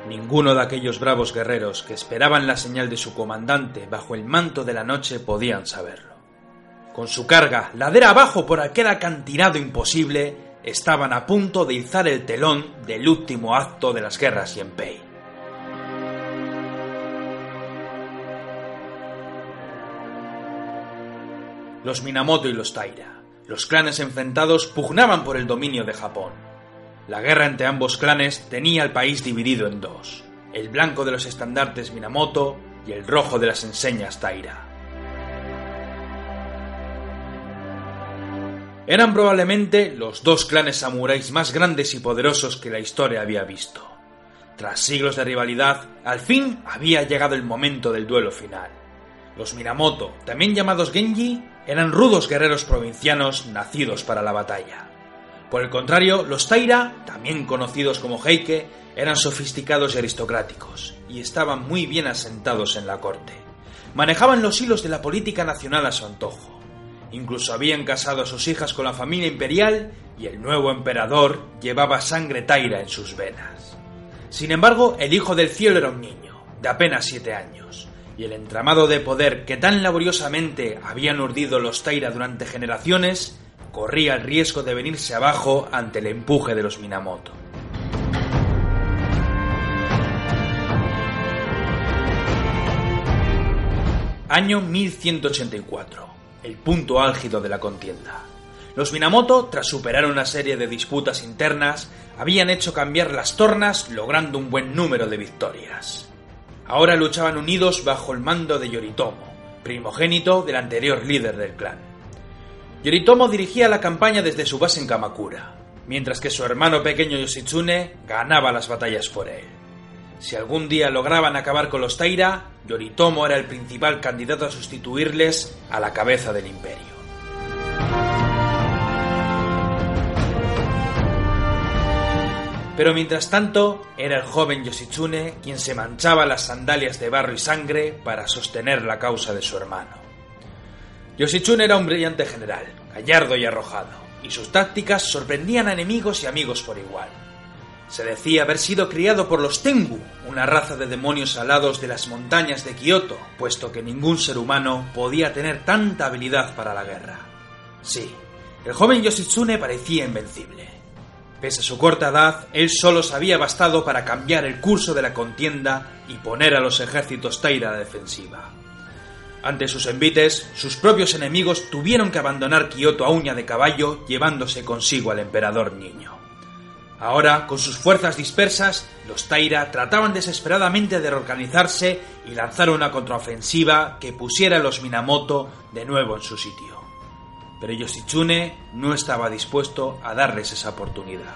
Ninguno de aquellos bravos guerreros que esperaban la señal de su comandante bajo el manto de la noche podían saberlo. Con su carga, ladera abajo por aquel acantilado imposible, estaban a punto de izar el telón del último acto de las guerras Genpei. Los Minamoto y los Taira, los clanes enfrentados, pugnaban por el dominio de Japón. La guerra entre ambos clanes tenía al país dividido en dos, el blanco de los estandartes Minamoto y el rojo de las enseñas Taira. Eran probablemente los dos clanes samuráis más grandes y poderosos que la historia había visto. Tras siglos de rivalidad, al fin había llegado el momento del duelo final. Los Minamoto, también llamados Genji, eran rudos guerreros provincianos nacidos para la batalla. Por el contrario, los Taira, también conocidos como Heike, eran sofisticados y aristocráticos, y estaban muy bien asentados en la corte. Manejaban los hilos de la política nacional a su antojo. Incluso habían casado a sus hijas con la familia imperial, y el nuevo emperador llevaba sangre Taira en sus venas. Sin embargo, el hijo del cielo era un niño, de apenas 7 años, y el entramado de poder que tan laboriosamente habían urdido los Taira durante generaciones corría el riesgo de venirse abajo ante el empuje de los Minamoto. Año 1184, el punto álgido de la contienda. Los Minamoto, tras superar una serie de disputas internas, habían hecho cambiar las tornas, logrando un buen número de victorias. Ahora luchaban unidos bajo el mando de Yoritomo, primogénito del anterior líder del clan. Yoritomo dirigía la campaña desde su base en Kamakura, mientras que su hermano pequeño Yoshitsune ganaba las batallas por él. Si algún día lograban acabar con los Taira, Yoritomo era el principal candidato a sustituirles a la cabeza del imperio. Pero mientras tanto, era el joven Yoshitsune quien se manchaba las sandalias de barro y sangre para sostener la causa de su hermano. Yoshitsune era un brillante general, gallardo y arrojado, y sus tácticas sorprendían a enemigos y amigos por igual. Se decía haber sido criado por los Tengu, una raza de demonios alados de las montañas de Kioto, puesto que ningún ser humano podía tener tanta habilidad para la guerra. Sí, el joven Yoshitsune parecía invencible. Pese a su corta edad, él solo se había bastado para cambiar el curso de la contienda y poner a los ejércitos Taira a la defensiva. Ante sus envites, sus propios enemigos tuvieron que abandonar Kioto a uña de caballo, llevándose consigo al emperador niño. Ahora, con sus fuerzas dispersas, los Taira trataban desesperadamente de reorganizarse y lanzar una contraofensiva que pusiera a los Minamoto de nuevo en su sitio. Pero Yoshitsune no estaba dispuesto a darles esa oportunidad.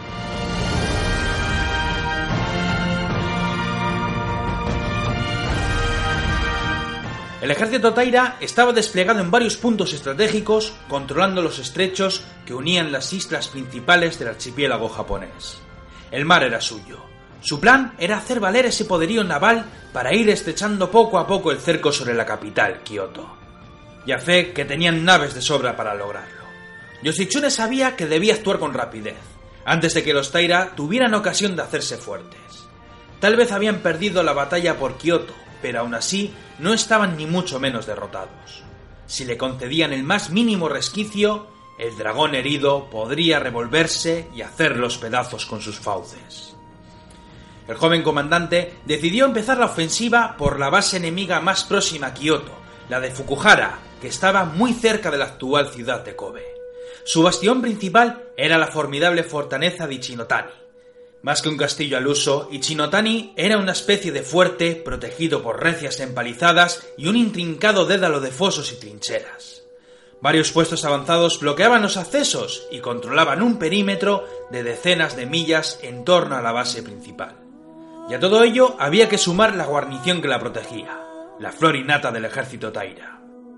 El ejército Taira estaba desplegado en varios puntos estratégicos, controlando los estrechos que unían las islas principales del archipiélago japonés. El mar era suyo. Su plan era hacer valer ese poderío naval para ir estrechando poco a poco el cerco sobre la capital, Kioto. Y a fe que tenían naves de sobra para lograrlo. Yoshitsune sabía que debía actuar con rapidez, antes de que los Taira tuvieran ocasión de hacerse fuertes. Tal vez habían perdido la batalla por Kioto, pero aún así no estaban ni mucho menos derrotados. Si le concedían el más mínimo resquicio, el dragón herido podría revolverse y hacerlos pedazos con sus fauces. El joven comandante decidió empezar la ofensiva por la base enemiga más próxima a Kioto, la de Fukuhara, que estaba muy cerca de la actual ciudad de Kobe. Su bastión principal era la formidable fortaleza de Ichinotani. Más que un castillo al uso, Ichinotani era una especie de fuerte protegido por recias empalizadas y un intrincado dédalo de fosos y trincheras. Varios puestos avanzados bloqueaban los accesos y controlaban un perímetro de decenas de millas en torno a la base principal. Y a todo ello había que sumar la guarnición que la protegía, la flor innata del ejército Taira.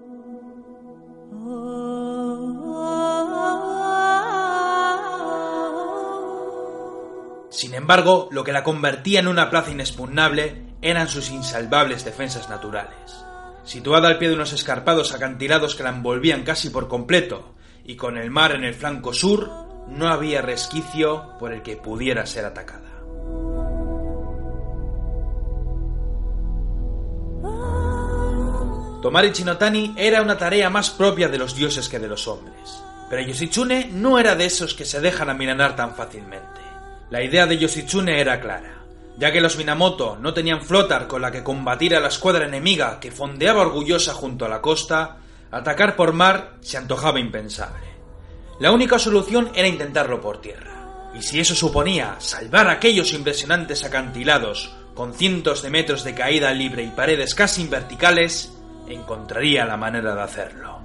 Sin embargo, lo que la convertía en una plaza inexpugnable eran sus insalvables defensas naturales. Situada al pie de unos escarpados acantilados que la envolvían casi por completo, y con el mar en el flanco sur, no había resquicio por el que pudiera ser atacada. Tomar Ichinotani era una tarea más propia de los dioses que de los hombres, pero Yoshitsune no era de esos que se dejan amilanar tan fácilmente. La idea de Yoshitsune era clara, ya que los Minamoto no tenían flota con la que combatir a la escuadra enemiga que fondeaba orgullosa junto a la costa, atacar por mar se antojaba impensable. La única solución era intentarlo por tierra, y si eso suponía salvar aquellos impresionantes acantilados con cientos de metros de caída libre y paredes casi verticales, encontraría la manera de hacerlo.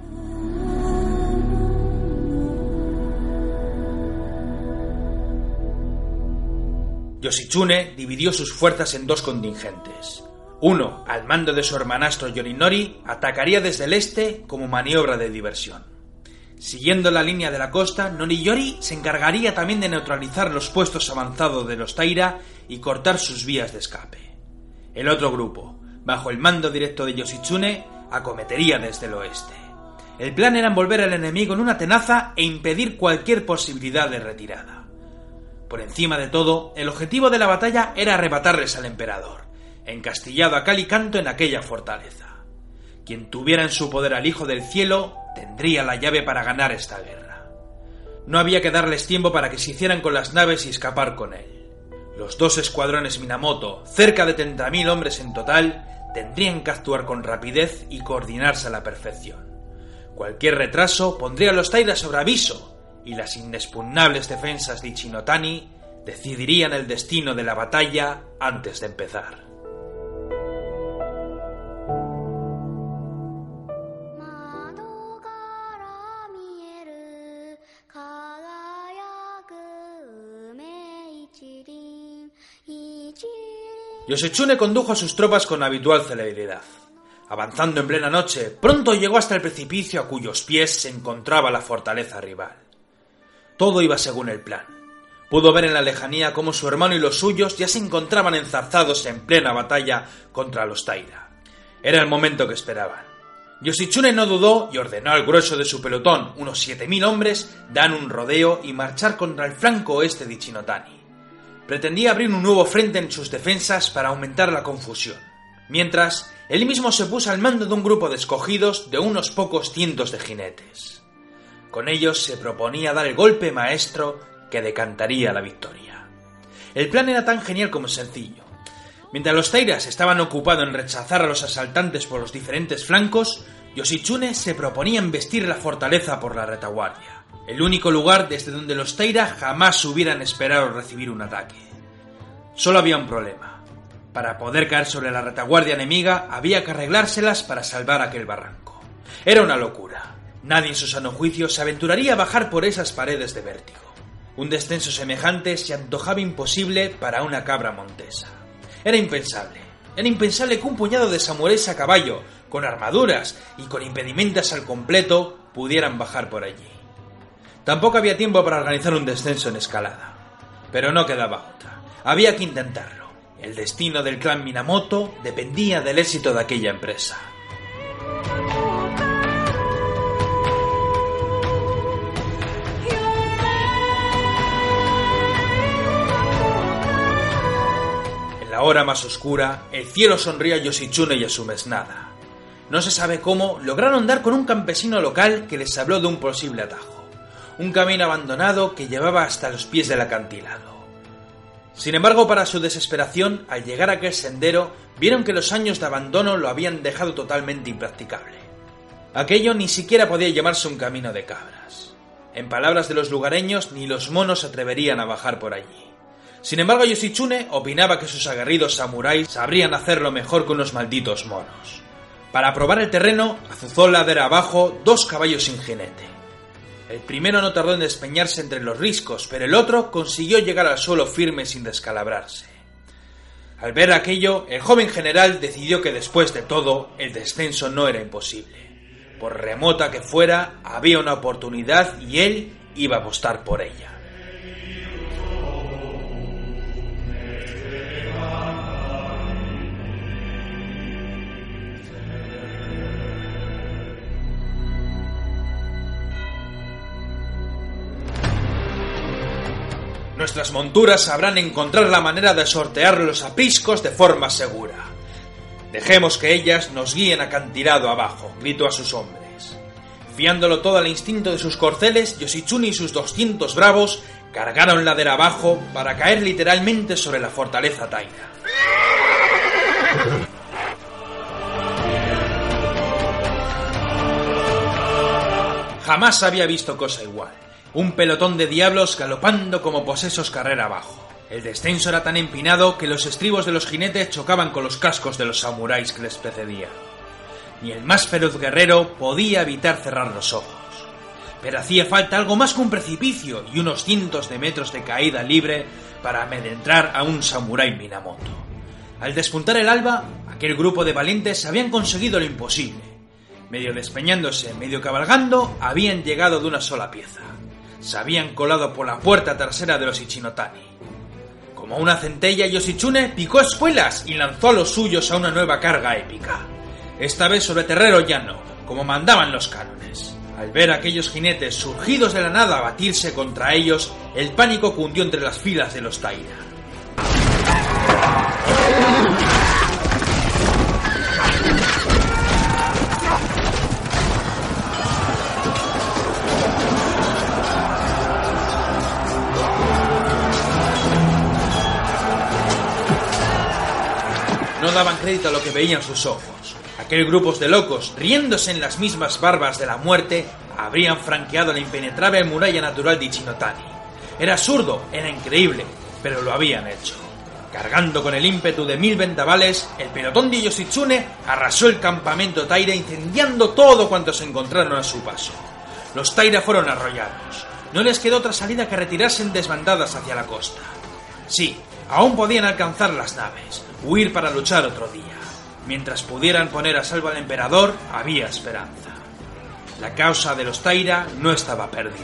Yoshitsune dividió sus fuerzas en dos contingentes. Uno, al mando de su hermanastro Yorinori, atacaría desde el este como maniobra de diversión. Siguiendo la línea de la costa, Noriyori se encargaría también de neutralizar los puestos avanzados de los Taira y cortar sus vías de escape. El otro grupo, bajo el mando directo de Yoshitsune, acometería desde el oeste. El plan era envolver al enemigo en una tenaza e impedir cualquier posibilidad de retirada. Por encima de todo, el objetivo de la batalla era arrebatarles al emperador, encastillado a cal y canto en aquella fortaleza. Quien tuviera en su poder al Hijo del Cielo tendría la llave para ganar esta guerra. No había que darles tiempo para que se hicieran con las naves y escapar con él. Los dos escuadrones Minamoto, cerca de 30.000 hombres en total, tendrían que actuar con rapidez y coordinarse a la perfección. Cualquier retraso pondría a los Taira sobre aviso, y las inexpugnables defensas de Ichinotani decidirían el destino de la batalla antes de empezar. Yoshitsune condujo a sus tropas con habitual celeridad. Avanzando en plena noche, pronto llegó hasta el precipicio a cuyos pies se encontraba la fortaleza rival. Todo iba según el plan. Pudo ver en la lejanía cómo su hermano y los suyos ya se encontraban enzarzados en plena batalla contra los Taira. Era el momento que esperaban. Yoshitsune no dudó y ordenó al grueso de su pelotón, unos 7.000 hombres, dar un rodeo y marchar contra el flanco oeste de Ichinotani. Pretendía abrir un nuevo frente en sus defensas para aumentar la confusión. Mientras, él mismo se puso al mando de un grupo de escogidos de unos pocos cientos de jinetes. Con ellos se proponía dar el golpe maestro que decantaría la victoria. El plan era tan genial como sencillo. Mientras los Tairas estaban ocupados en rechazar a los asaltantes por los diferentes flancos, Yoshitsune se proponía embestir la fortaleza por la retaguardia, el único lugar desde donde los Taira jamás hubieran esperado recibir un ataque. Solo había un problema. Para poder caer sobre la retaguardia enemiga había que arreglárselas para salvar aquel barranco. Era una locura. Nadie en su sano juicio se aventuraría a bajar por esas paredes de vértigo. Un descenso semejante se antojaba imposible para una cabra montesa. Era impensable que un puñado de samuráis a caballo, con armaduras y con impedimentas al completo, pudieran bajar por allí. Tampoco había tiempo para organizar un descenso en escalada. Pero no quedaba otra. Había que intentarlo. El destino del clan Minamoto dependía del éxito de aquella empresa. En la hora más oscura, el cielo sonrió a Yoshitsune y a su mesnada. No se sabe cómo, lograron dar con un campesino local que les habló de un posible atajo. Un camino abandonado que llevaba hasta los pies del acantilado. Sin embargo, para su desesperación, al llegar a aquel sendero, vieron que los años de abandono lo habían dejado totalmente impracticable. Aquello ni siquiera podía llamarse un camino de cabras. En palabras de los lugareños, ni los monos se atreverían a bajar por allí. Sin embargo, Yoshitsune opinaba que sus aguerridos samuráis sabrían hacerlo mejor que unos malditos monos. Para probar el terreno, azuzó ladera abajo 2 caballos sin jinete. El primero no tardó en despeñarse entre los riscos, pero el otro consiguió llegar al suelo firme sin descalabrarse. Al ver aquello, el joven general decidió que después de todo, el descenso no era imposible. Por remota que fuera, había una oportunidad y él iba a apostar por ella. Nuestras monturas sabrán encontrar la manera de sortear los apriscos de forma segura. Dejemos que ellas nos guíen acantilado abajo, gritó a sus hombres. Fiándolo todo al instinto de sus corceles, Yoshitsune y sus 200 bravos cargaron ladera abajo para caer literalmente sobre la fortaleza Taira. Jamás había visto cosa igual. Un pelotón de diablos galopando como posesos carrera abajo. El descenso era tan empinado que los estribos de los jinetes chocaban con los cascos de los samuráis que les precedían. Ni el más feroz guerrero podía evitar cerrar los ojos. Pero hacía falta algo más que un precipicio y unos cientos de metros de caída libre para amedrentar a un samurái Minamoto. Al despuntar el alba, aquel grupo de valientes habían conseguido lo imposible. Medio despeñándose, medio cabalgando, habían llegado de una sola pieza. Se habían colado por la puerta trasera de los Ichinotani. Como una centella, Yoshitsune picó espuelas y lanzó a los suyos a una nueva carga épica. Esta vez sobre terreno llano, como mandaban los cánones. Al ver a aquellos jinetes surgidos de la nada batirse contra ellos, el pánico cundió entre las filas de los Taira. No daban crédito a lo que veían sus ojos. Aquel grupo de locos, riéndose en las mismas barbas de la muerte, habrían franqueado la impenetrable muralla natural de Ichinotani. Era absurdo, era increíble, pero lo habían hecho. Cargando con el ímpetu de 1000 vendavales, el pelotón de Yoshitsune arrasó el campamento Taira, incendiando todo cuanto se encontraron a su paso. Los Taira fueron arrollados. No les quedó otra salida que retirarse en desbandadas hacia la costa. Sí, aún podían alcanzar las naves, huir para luchar otro día. Mientras pudieran poner a salvo al emperador, había esperanza. La causa de los Taira no estaba perdida.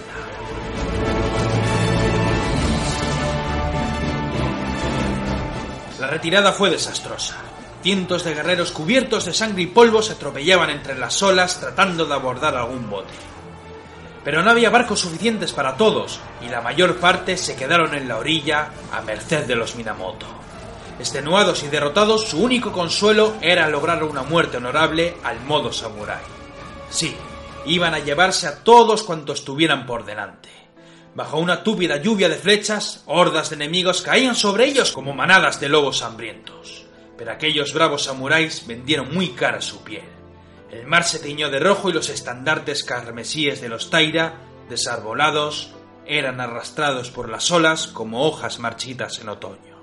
La retirada fue desastrosa. Cientos de guerreros cubiertos de sangre y polvo se atropellaban entre las olas tratando de abordar algún bote. Pero no había barcos suficientes para todos, y la mayor parte se quedaron en la orilla a merced de los Minamoto. Extenuados y derrotados, su único consuelo era lograr una muerte honorable al modo samurái. Sí, iban a llevarse a todos cuantos tuvieran por delante. Bajo una túpida lluvia de flechas, hordas de enemigos caían sobre ellos como manadas de lobos hambrientos. Pero aquellos bravos samuráis vendieron muy cara su piel. El mar se tiñó de rojo y los estandartes carmesíes de los Taira, desarbolados, eran arrastrados por las olas como hojas marchitas en otoño.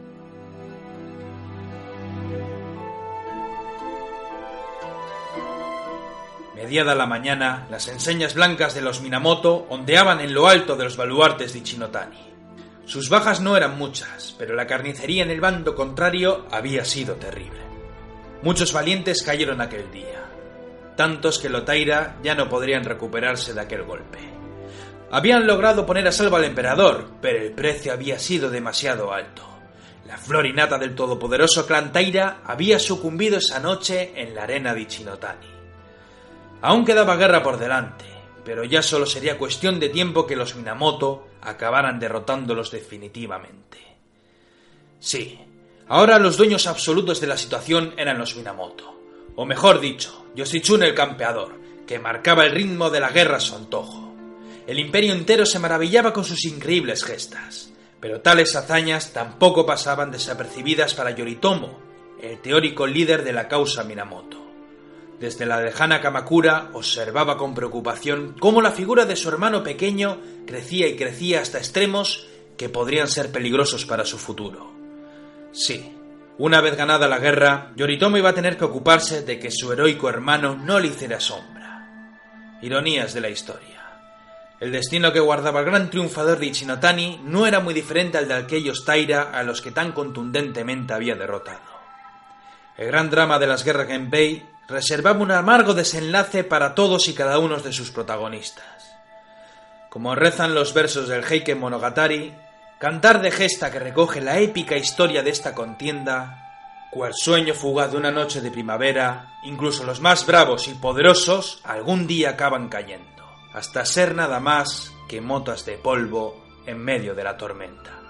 Mediada la mañana, las enseñas blancas de los Minamoto ondeaban en lo alto de los baluartes de Ichinotani. Sus bajas no eran muchas, pero la carnicería en el bando contrario había sido terrible. Muchos valientes cayeron aquel día, tantos que los Taira ya no podrían recuperarse de aquel golpe. Habían logrado poner a salvo al emperador, pero el precio había sido demasiado alto. La flor y nata del todopoderoso clan Taira había sucumbido esa noche en la arena de Ichinotani. Aún quedaba guerra por delante, pero ya solo sería cuestión de tiempo que los Minamoto acabaran derrotándolos definitivamente. Sí, ahora los dueños absolutos de la situación eran los Minamoto, o mejor dicho, Yoshitsune el campeador, que marcaba el ritmo de la guerra a su antojo. El imperio entero se maravillaba con sus increíbles gestas, pero tales hazañas tampoco pasaban desapercibidas para Yoritomo, el teórico líder de la causa Minamoto. Desde la lejana Kamakura observaba con preocupación cómo la figura de su hermano pequeño crecía y crecía hasta extremos que podrían ser peligrosos para su futuro. Sí, una vez ganada la guerra, Yoritomo iba a tener que ocuparse de que su heroico hermano no le hiciera sombra. Ironías de la historia. El destino que guardaba el gran triunfador de Ichinotani no era muy diferente al de aquellos Taira a los que tan contundentemente había derrotado. El gran drama de las guerras Genpei reservaba un amargo desenlace para todos y cada uno de sus protagonistas. Como rezan los versos del Heike Monogatari, cantar de gesta que recoge la épica historia de esta contienda, cual sueño fugaz de una noche de primavera, incluso los más bravos y poderosos algún día acaban cayendo, hasta ser nada más que motas de polvo en medio de la tormenta.